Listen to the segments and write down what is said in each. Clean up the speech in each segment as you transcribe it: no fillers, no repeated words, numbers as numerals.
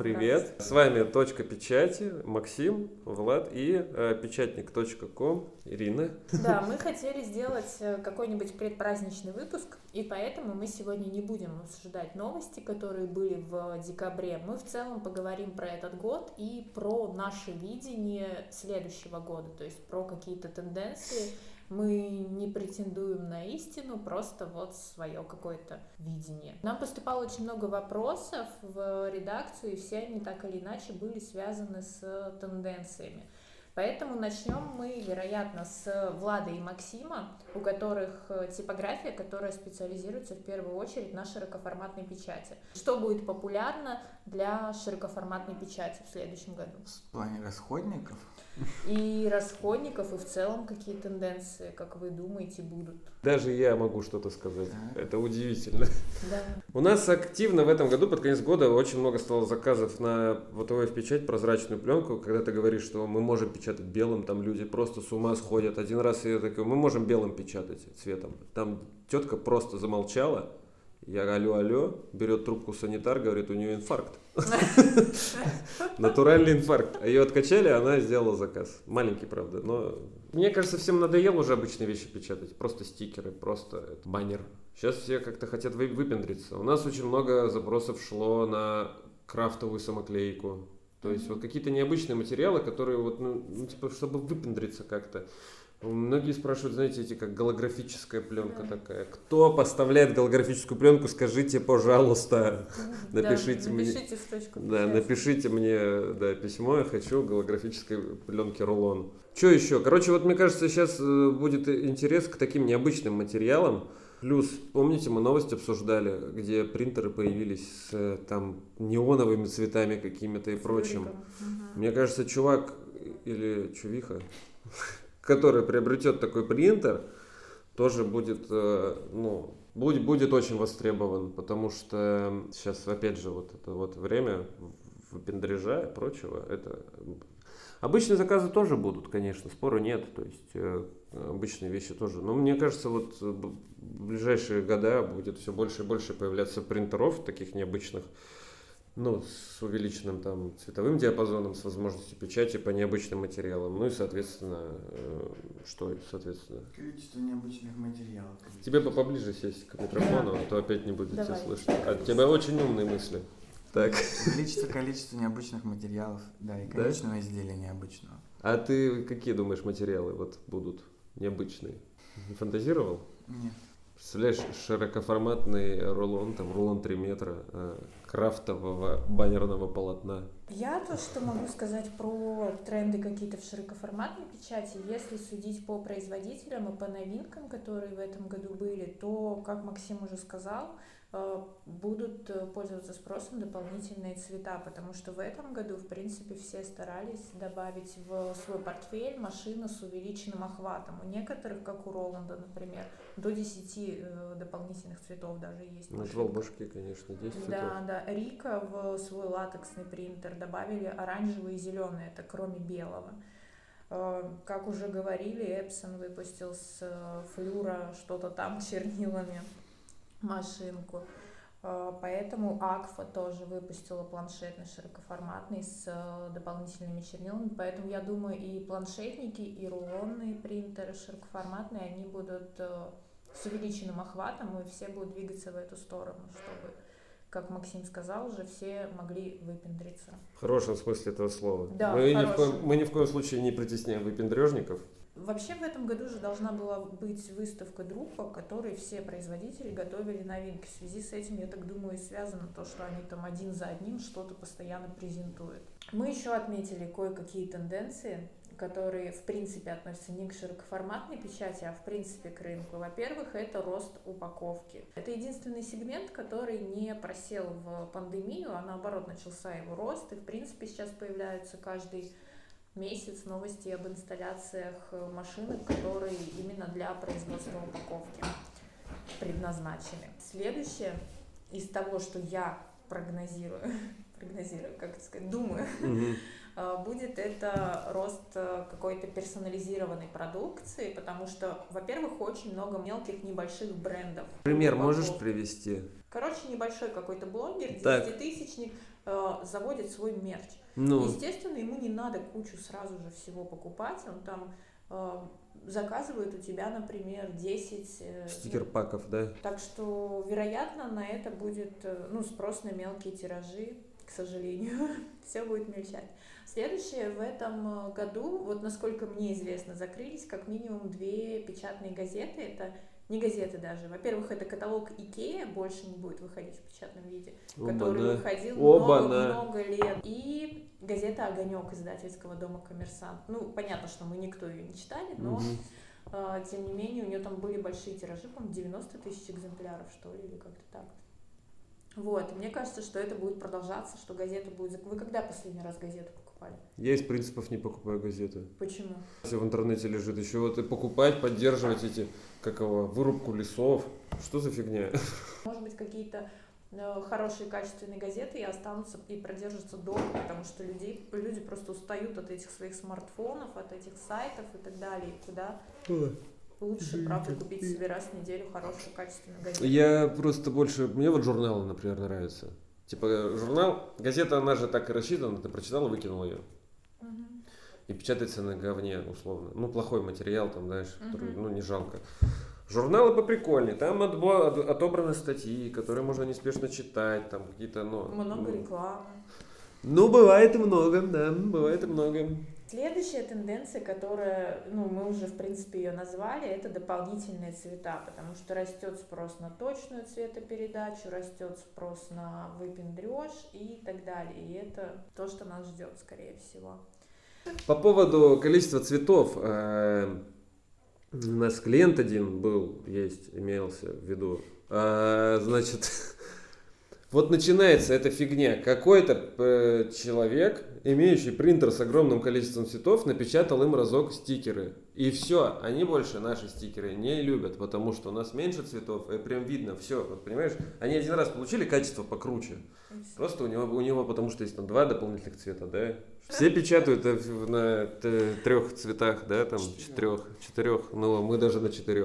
Привет! С вами «Точка печати», Максим, Влад и печатник.ком Ирина. Да, мы хотели сделать какой-нибудь предпраздничный выпуск, и поэтому мы сегодня не будем обсуждать новости, которые были в декабре. Мы в целом поговорим про этот год и про наше видение следующего года, то есть про какие-то тенденции. Мы не претендуем на истину, просто вот свое какое-то видение. Нам поступало очень много вопросов в редакцию, и все они так или иначе были связаны с тенденциями. Поэтому начнем мы, вероятно, с Влада и Максима, у которых типография, которая специализируется в первую очередь на широкоформатной печати. Что будет популярно для широкоформатной печати в следующем году? В плане расходников? И расходников, и в целом какие тенденции, как вы думаете, будут? Даже я могу что-то сказать. Это удивительно. Да. У нас активно в этом году, под конец года, очень много стало заказов на ВТВ-печать, прозрачную пленку. Когда ты говоришь, что мы можем печатать белым, там люди просто с ума сходят. Один раз я такой, мы можем белым печатать цветом. Там тетка просто замолчала. Я алло, берет трубку санитар, говорит, у нее инфаркт. Натуральный инфаркт. Ее откачали, она сделала заказ. Маленький, правда, но... Мне кажется, всем надоело уже обычные вещи печатать. Просто стикеры, просто баннер. Сейчас все как-то хотят выпендриться. У нас очень много запросов шло на крафтовую самоклейку. То есть вот какие-то необычные материалы, которые вот, типа, чтобы выпендриться как-то. Многие спрашивают, знаете, эти как голографическая пленка такая. Кто поставляет голографическую пленку, скажите, пожалуйста. Напишите мне. Напишите в точку. Да, напишите мне письмо, я хочу голографической пленки рулон. Что еще? Короче, вот мне кажется, сейчас будет интерес к таким необычным материалам. Плюс, помните, мы новости обсуждали, где принтеры появились с там неоновыми цветами какими-то и прочим. Мне кажется, чувак или чувиха, который приобретет такой принтер, тоже будет, будет очень востребован, потому что сейчас, опять же, вот это вот время выпендрежа и прочего, это... Обычные заказы тоже будут, конечно, спора нет, то есть обычные вещи тоже. Но мне кажется, вот в ближайшие года будет все больше и больше появляться принтеров таких необычных, с увеличенным там цветовым диапазоном, с возможностью печати по необычным материалам. Ну и, соответственно, Количество необычных материалов. Тебе поближе сесть к микрофону, а то опять не будет тебя слышно. От тебя очень умные мысли. Так. Количество необычных материалов, да, и конечного изделия необычного. А ты какие думаешь материалы вот будут необычные? Фантазировал? Нет. Представляешь, широкоформатный рулон, там рулон 3 метра, крафтового баннерного полотна. Я то, что могу сказать про тренды какие-то в широкоформатной печати, если судить по производителям и по новинкам, которые в этом году были, то, как Максим уже сказал, будут пользоваться спросом дополнительные цвета, потому что в этом году, в принципе, все старались добавить в свой портфель машины с увеличенным охватом. У некоторых, как у Роланда, например, до 10 дополнительных цветов даже есть. На башки, конечно, 10 цветов. Да. Рика в свой латексный принтер добавили оранжевый и зеленый, это кроме белого. Как уже говорили, Epson выпустил с флюра что-то там чернилами машинку. Поэтому Акфа тоже выпустила планшетный широкоформатный с дополнительными чернилами. Поэтому я думаю, и планшетники, и рулонные принтеры широкоформатные, они будут с увеличенным охватом, и все будут двигаться в эту сторону, чтобы, как Максим сказал, уже все могли выпендриться. В хорошем смысле этого слова. Да, мы ни в коем случае не притесняем выпендрежников. Вообще в этом году же должна была быть выставка Друпа, в которой все производители готовили новинки. В связи с этим, я так думаю, и связано то, что они там один за одним что-то постоянно презентуют. Мы еще отметили кое-какие тенденции, которые в принципе относятся не к широкоформатной печати, а в принципе к рынку. Во-первых, это рост упаковки. Это единственный сегмент, который не просел в пандемию, а наоборот начался его рост. И в принципе сейчас появляются каждый месяц новости об инсталляциях машинок, которые именно для производства упаковки предназначены. Следующее из того, что я прогнозирую, как это сказать, думаю, будет это рост какой-то персонализированной продукции, потому что, во-первых, очень много мелких небольших брендов. Пример можешь привести? Короче, небольшой какой-то блогер, 10-тысячник, заводит свой мерч. Ну, Естественно, ему не надо кучу сразу же всего покупать, он там заказывает у тебя, например, 10 стикер-паков, да? Так что, вероятно, на это будет спрос на мелкие тиражи, к сожалению. Все будет мельчать. Следующее, в этом году, вот насколько мне известно, закрылись как минимум 2 печатные газеты. Это не газеты даже. Во-первых, это каталог Икея, больше не будет выходить в печатном виде, который выходил много лет. И газета «Огонек» издательского дома «Коммерсант». Ну, понятно, что мы никто ее не читали, но тем не менее у нее там были большие тиражи, по-моему, 90 тысяч экземпляров, что ли, или как-то так. Вот, и мне кажется, что это будет продолжаться, что газета будет... Вы когда последний раз газету покупали? Я из принципов не покупаю газеты. Почему? Все в интернете лежит. Еще вот и покупать, поддерживать эти, вырубку лесов. Что за фигня? Может быть, какие-то хорошие качественные газеты и останутся и продержатся долго, потому что люди просто устают от этих своих смартфонов, от этих сайтов и так далее. И куда лучше, правда, купить себе раз в неделю хорошую качественную газету. Я просто больше... Мне вот журналы, например, нравятся. Типа журнал, газета, она же так и рассчитана, ты прочитал и выкинул ее. И печатается на говне, условно. Ну, плохой материал, там, знаешь, который, не жалко. Журналы поприкольнее, там отобраны статьи, которые можно неспешно читать, там какие-то, Много рекламы. Бывает и много, да, бывает и много. Следующая тенденция, которая, мы уже, в принципе, ее назвали, это дополнительные цвета, потому что растет спрос на точную цветопередачу, растет спрос на выпендреж и так далее. И это то, что нас ждет, скорее всего. По поводу количества цветов, у нас клиент один имелся в виду. Значит, вот начинается эта фигня. Какой-то человек, имеющий принтер с огромным количеством цветов, напечатал им разок стикеры. И все, они больше наши стикеры не любят, потому что у нас меньше цветов, и прям видно все. Вот, понимаешь, они один раз получили качество покруче. Просто у него потому что есть там 2 дополнительных цвета, да? Все печатают на 3 цветах, да, там 4, но мы даже на 4.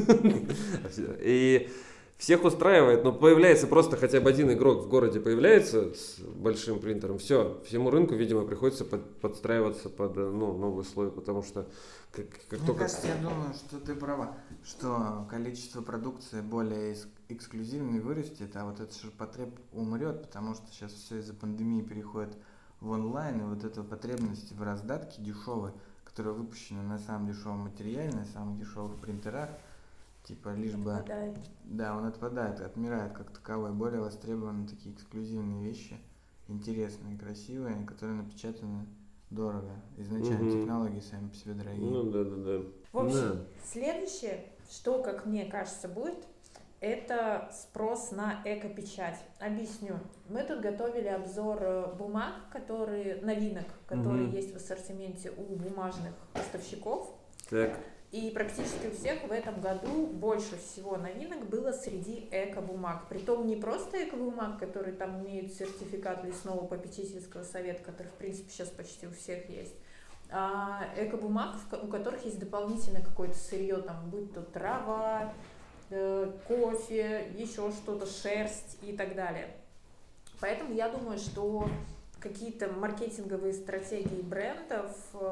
И всех устраивает, но появляется просто хотя бы один игрок в городе появляется с большим принтером, все, всему рынку, видимо, приходится подстраиваться под новый слой, потому что Мне кажется, я думаю, что ты права, что количество продукции более эксклюзивной вырастет, а вот этот ширпотреб умрет, потому что сейчас все из-за пандемии переходит в онлайн, и вот эта потребность в раздатке дешевой, которая выпущена на самом дешевом материале, на самых дешевых принтерах, типа лишь бы... Да, он отпадает, отмирает как таковой. Более востребованы такие эксклюзивные вещи, интересные, красивые, которые напечатаны дорого. Изначально технологии сами по себе дорогие. Да. В общем, следующее, что, как мне кажется, будет, это спрос на эко-печать. Объясню. Мы тут готовили обзор бумаг, новинок, которые есть в ассортименте у бумажных поставщиков. Так. И практически у всех в этом году больше всего новинок было среди эко-бумаг. Притом не просто эко-бумаг, которые там имеют сертификат лесного попечительского совета, который, в принципе, сейчас почти у всех есть, а эко-бумаг, у которых есть дополнительное какое-то сырье, там, будь то трава, кофе, еще что-то, шерсть и так далее. Поэтому я думаю, что какие-то маркетинговые стратегии брендов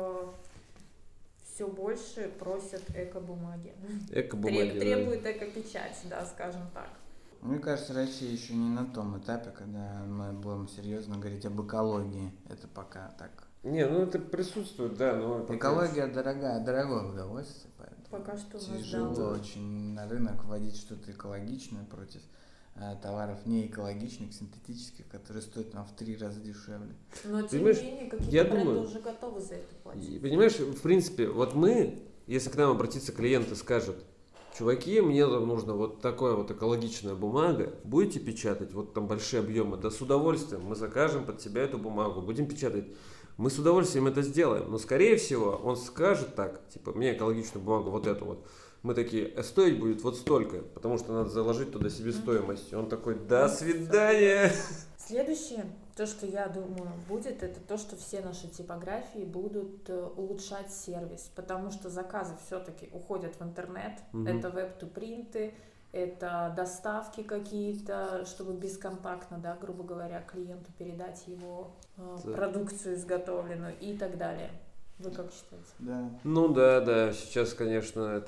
все больше просят эко-бумаги. Требуют эко-печать, да, скажем так. Мне кажется, Россия еще не на том этапе, когда мы будем серьезно говорить об экологии. Это пока так. Не, это присутствует, да, но... Экология дорогое удовольствие, поэтому пока что тяжело очень на рынок вводить что-то экологичное против товаров неэкологичных, синтетических, которые стоят нам в 3 раза дешевле. Но тем не менее, какие-то бренды уже готовы за это платить. Понимаешь, в принципе, вот мы, если к нам обратится клиент и скажет: чуваки, мне там нужно вот такая вот экологичная бумага, будете печатать, вот там большие объемы, да, с удовольствием, мы закажем под тебя эту бумагу, будем печатать. Мы с удовольствием это сделаем, но скорее всего он скажет так, типа, мне экологичную бумагу вот эту вот. Мы такие: стоить будет вот столько, потому что надо заложить туда себестоимость. И он такой: до свидания. Следующее, то, что я думаю будет, это то, что все наши типографии будут улучшать сервис, потому что заказы все-таки уходят в интернет, это веб-ту-принты, это доставки какие-то, чтобы бесконтактно, да, грубо говоря, клиенту передать его продукцию изготовленную и так далее. Вы как считаете? Да. Ну да, сейчас, конечно,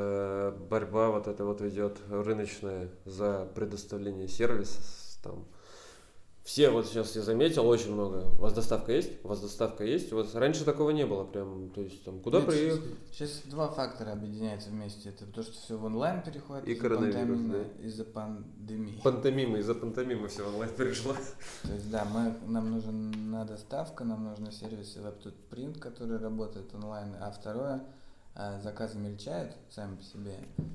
борьба вот эта вот идет рыночная за предоставление сервиса, там. Все, вот сейчас я заметил, очень много. У вас доставка есть? У вас доставка есть? У вас раньше такого не было прям, то есть там куда приехать? Сейчас два фактора объединяются вместе. Это то, что все в онлайн переходит. И коронавирус, да. Из-за пандемии. Из-за пантомимы все в онлайн перешло. То есть, да, нам нужна доставка, нам нужны сервисы WebToPrint, которые работают онлайн. А второе, заказы мельчают сами по себе,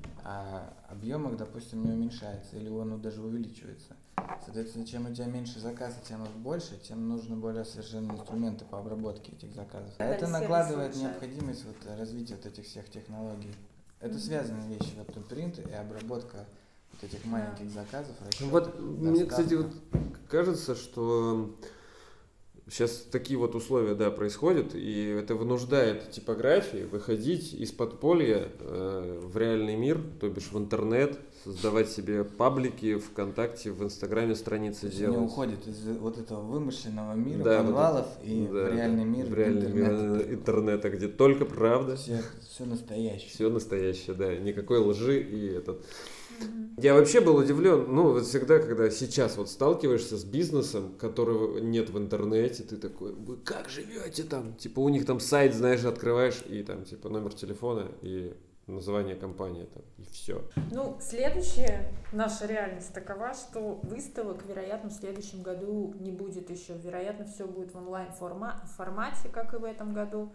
а объем их, допустим, не уменьшается, или он даже увеличивается. Соответственно, чем у тебя меньше заказов, тем их больше, тем нужны более совершенные инструменты по обработке этих заказов. А это накладывает необходимость развития вот этих всех технологий. Это связанные вещи, WebToPrint и обработка вот этих маленьких заказов. Вот мне, кстати, вот кажется, что сейчас такие вот условия, да, происходят, и это вынуждает типографии выходить из подполья в реальный мир, то бишь в интернет, создавать себе паблики ВКонтакте, в Инстаграме страницы делать. Они уходят из вот этого вымышленного мира, да, подвалов вот, и в реальный мир, мир интернета, где только правда. Все настоящее. Все настоящее, да, никакой лжи и этот... Я вообще был удивлен, ну, вот всегда, когда сейчас вот сталкиваешься с бизнесом, которого нет в интернете, ты такой, вы как живете там? Типа у них там сайт, знаешь, открываешь, и там типа номер телефона и название компании там, и все. Ну, следующая наша реальность такова, что выставок, вероятно, в следующем году не будет еще. Вероятно, все будет в онлайн-формате, как и в этом году.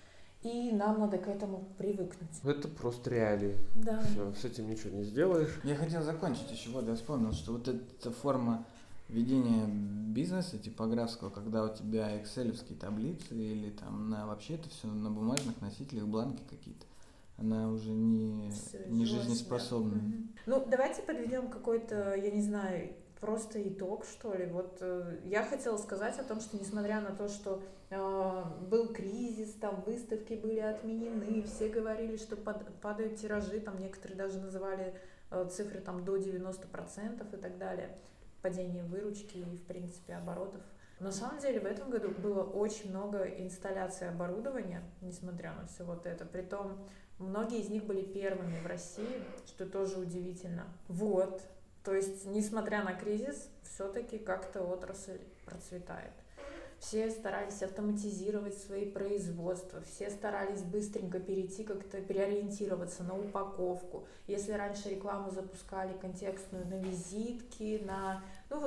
И нам надо к этому привыкнуть. Это просто реалии. Да. Все, с этим ничего не сделаешь. Я хотел закончить еще, вот я вспомнил, что вот эта форма ведения бизнеса типографского, когда у тебя экселевские таблицы или там вообще это все на бумажных носителях, бланки какие-то, она уже не жизнеспособна. Да. Ну, давайте подведем какой-то, я не знаю, просто итог, что ли. Вот я хотела сказать о том, что несмотря на то, что был кризис, там выставки были отменены, все говорили, что падают тиражи, там некоторые даже называли цифры там до 90% и так далее, падение выручки и, в принципе, оборотов. На самом деле в этом году было очень много инсталляций оборудования, несмотря на все вот это. Притом многие из них были первыми в России, что тоже удивительно. Вот. То есть, несмотря на кризис, все-таки как-то отрасль процветает. Все старались автоматизировать свои производства, все старались быстренько перейти, как-то переориентироваться на упаковку. Если раньше рекламу запускали контекстную на визитки, на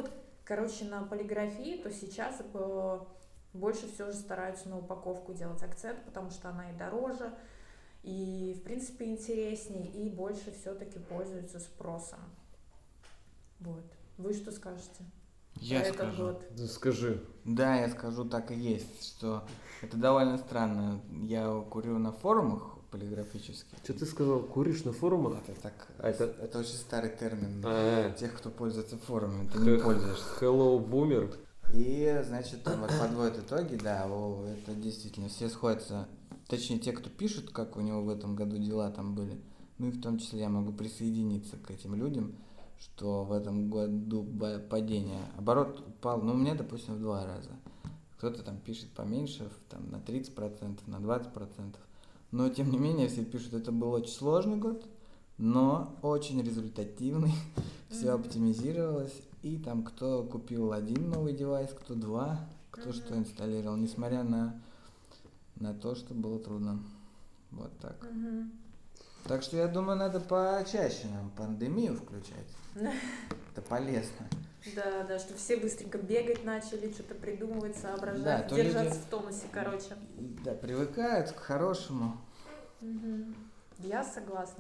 полиграфии, то сейчас больше все же стараются на упаковку делать акцент, потому что она и дороже, и, в принципе, интереснее, и больше все-таки пользуются спросом. Вот. Вы что скажете? Я скажу. Да, скажи. Да, я скажу, так и есть, что это довольно странно. Я курю на форумах полиграфических. Что ты сказал, куришь на форумах? Это очень старый термин для тех, кто пользуется форумами. Ты не пользуешься. Hello, boomer. И, значит, там вот подводят итоги, да, это действительно все сходятся, точнее, те, кто пишут, как у него в этом году дела там были, ну и в том числе я могу присоединиться к этим людям, что в этом году падение, оборот упал, ну, у меня, допустим, в 2 раза. Кто-то там пишет поменьше, там, на 30%, на 20%. Но, тем не менее, все пишут, это был очень сложный год, но очень результативный. Все оптимизировалось. И там кто купил 1 новый девайс, кто 2, кто что инсталлировал, несмотря на то, что было трудно. Вот так. Так что я думаю, надо почаще нам пандемию включать. Это полезно. Да, что все быстренько бегать начали, что-то придумывать, соображать, держаться в тонусе, короче. Да, привыкают к хорошему. Я согласна.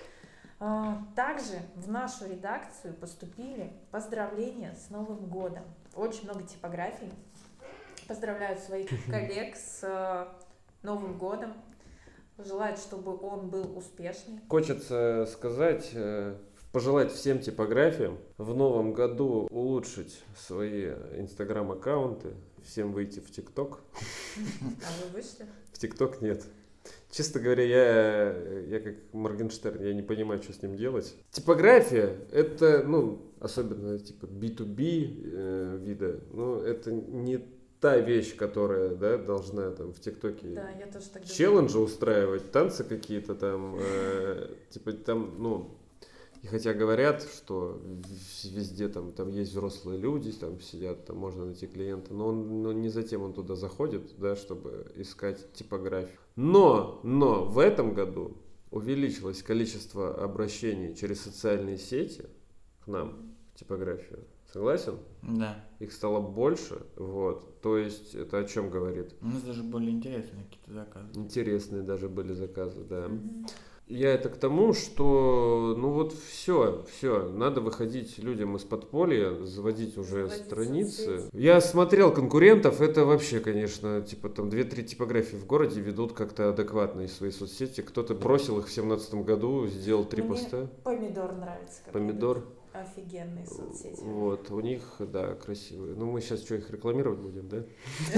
Также в нашу редакцию поступили поздравления с Новым годом. Очень много типографий поздравляют своих коллег с Новым годом. Желают, чтобы он был успешный. Хочется сказать, пожелать всем типографиям в новом году улучшить свои инстаграм-аккаунты, всем выйти в ТикТок. А вы вышли? В ТикТок нет. Честно говоря, я как Моргенштерн, я не понимаю, что с ним делать. Типография, это, ну, особенно типа B2B вида, ну, это не та вещь, которая, да, должна там в ТикТоке Да, я тоже так думаю. челленджи устраивать, танцы какие-то там, типа там, ну, и хотя говорят, что везде там есть взрослые люди, там сидят, там можно найти клиента, но не затем он туда заходит, да, чтобы искать типографию. Но в этом году увеличилось количество обращений через социальные сети к нам в типографию. Согласен? Да. Их стало больше, вот. То есть это о чем говорит? У нас даже более интересные какие-то заказы. Интересные даже были заказы, да. Мгм. Я это к тому, что, ну вот все, надо выходить людям из подполья, заводить уже Заводить страницы. соцсети. Я смотрел конкурентов, это вообще, конечно, типа там 2-3 типографии в городе ведут как-то адекватные свои соцсети. Кто-то бросил их в 2017 году, сделал 3 Мне поста. Помидор нравится. Как Помидор. ведут. Офигенные соцсети. Вот, у них, да, красивые. Ну, мы сейчас что, их рекламировать будем, да?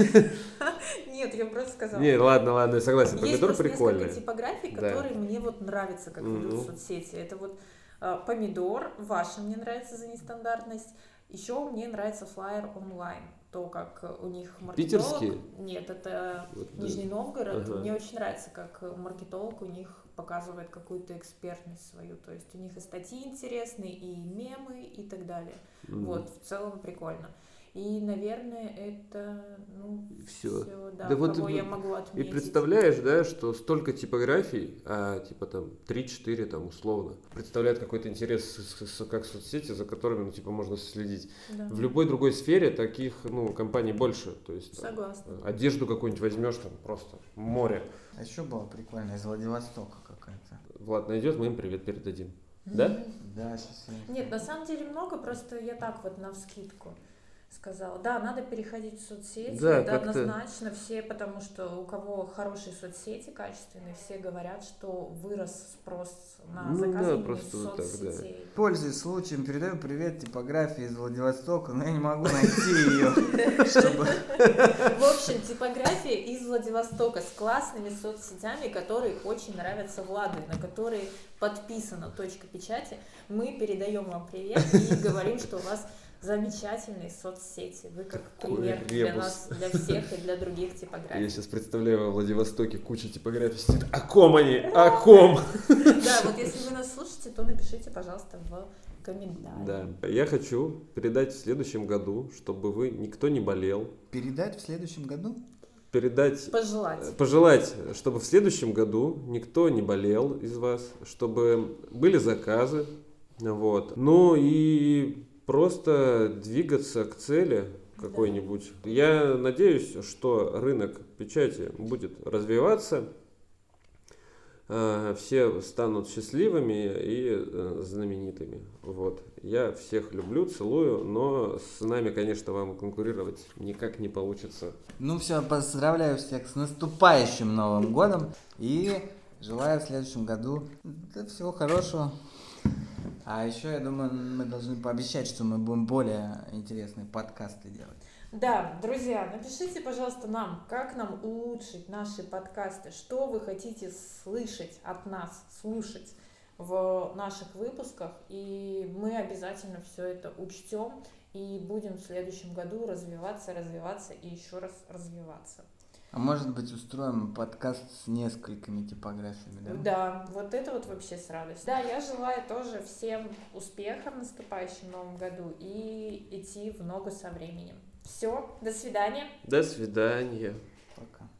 Нет, я просто сказала. Не, ладно, я согласен, Есть помидор просто прикольный. несколько типографий, Да. которые мне вот нравятся, как ведут Мгм. соцсети. Это вот Помидор, ваша мне нравится за нестандартность. Еще мне нравится Flyer Online. То, как у них маркетолог... Питерские? Нет, это Вот, да. Нижний Новгород. Ага. Мне очень нравится, как маркетолог у них показывает какую-то экспертность свою. То есть у них и статьи интересные, и мемы, и так далее. Мгм. Вот, в целом прикольно. И, наверное, это, ну, Всё. да, Да вот кого и я вот- могу И отметить. представляешь, да, что столько типографий, а типа там 3-4 там условно, представляют какой-то интерес как соцсети, за которыми, ну, типа, можно следить. Да. В любой другой сфере таких, ну, компаний больше. То есть там, Согласна. одежду какую-нибудь возьмешь, там просто море. А еще было прикольно, из Владивостока какая-то. Влад найдет, мы им привет передадим. Да? Да, сейчас я... Нет, на самом деле много, просто я так вот навскидку сказала. Да, надо переходить в соцсети, Да, это как-то- однозначно все, потому что у кого хорошие соцсети качественные, все говорят, что вырос спрос на Ну заказы да, именно просто из вот так, да. соцсетей. Пользуясь случаем, передаю привет типографии из Владивостока, но я не могу найти ее, чтобы... В общем, типография из Владивостока с классными соцсетями, которые очень нравятся Владу, на которые подписана точка печати. Мы передаем вам привет и говорим, что у вас замечательные соцсети. Вы как Какой пример для ребус. нас, для всех и для других Я типографий. сейчас представляю во Владивостоке куча типографий сидит. О ком они? О ком? Да, вот если вы нас слушаете, то напишите, пожалуйста, в комментариях. Да. Я хочу передать в следующем году, чтобы вы никто не болел. Передать в следующем году? Передать, Пожелать. пожелать, чтобы в следующем году никто не болел из вас, чтобы были заказы, вот. Ну и просто двигаться к цели какой-нибудь. Я надеюсь, что рынок печати будет развиваться, все станут счастливыми и знаменитыми. Вот. Я всех люблю, целую, но с нами, конечно, вам конкурировать никак не получится. Ну все, поздравляю всех с наступающим Новым годом и желаю в следующем году всего хорошего. А еще, я думаю, мы должны пообещать, что мы будем более интересные подкасты делать. Да, друзья, напишите, пожалуйста, нам, как нам улучшить наши подкасты, что вы хотите слышать от нас, слушать в наших выпусках, и мы обязательно все это учтем и будем в следующем году развиваться и еще раз развиваться. А может быть, устроим подкаст с несколькими типографиями, да? Да, вот это вот вообще с радостью. Да, я желаю тоже всем успеха в наступающем новом году и идти в ногу со временем. Все, до свидания. До свидания.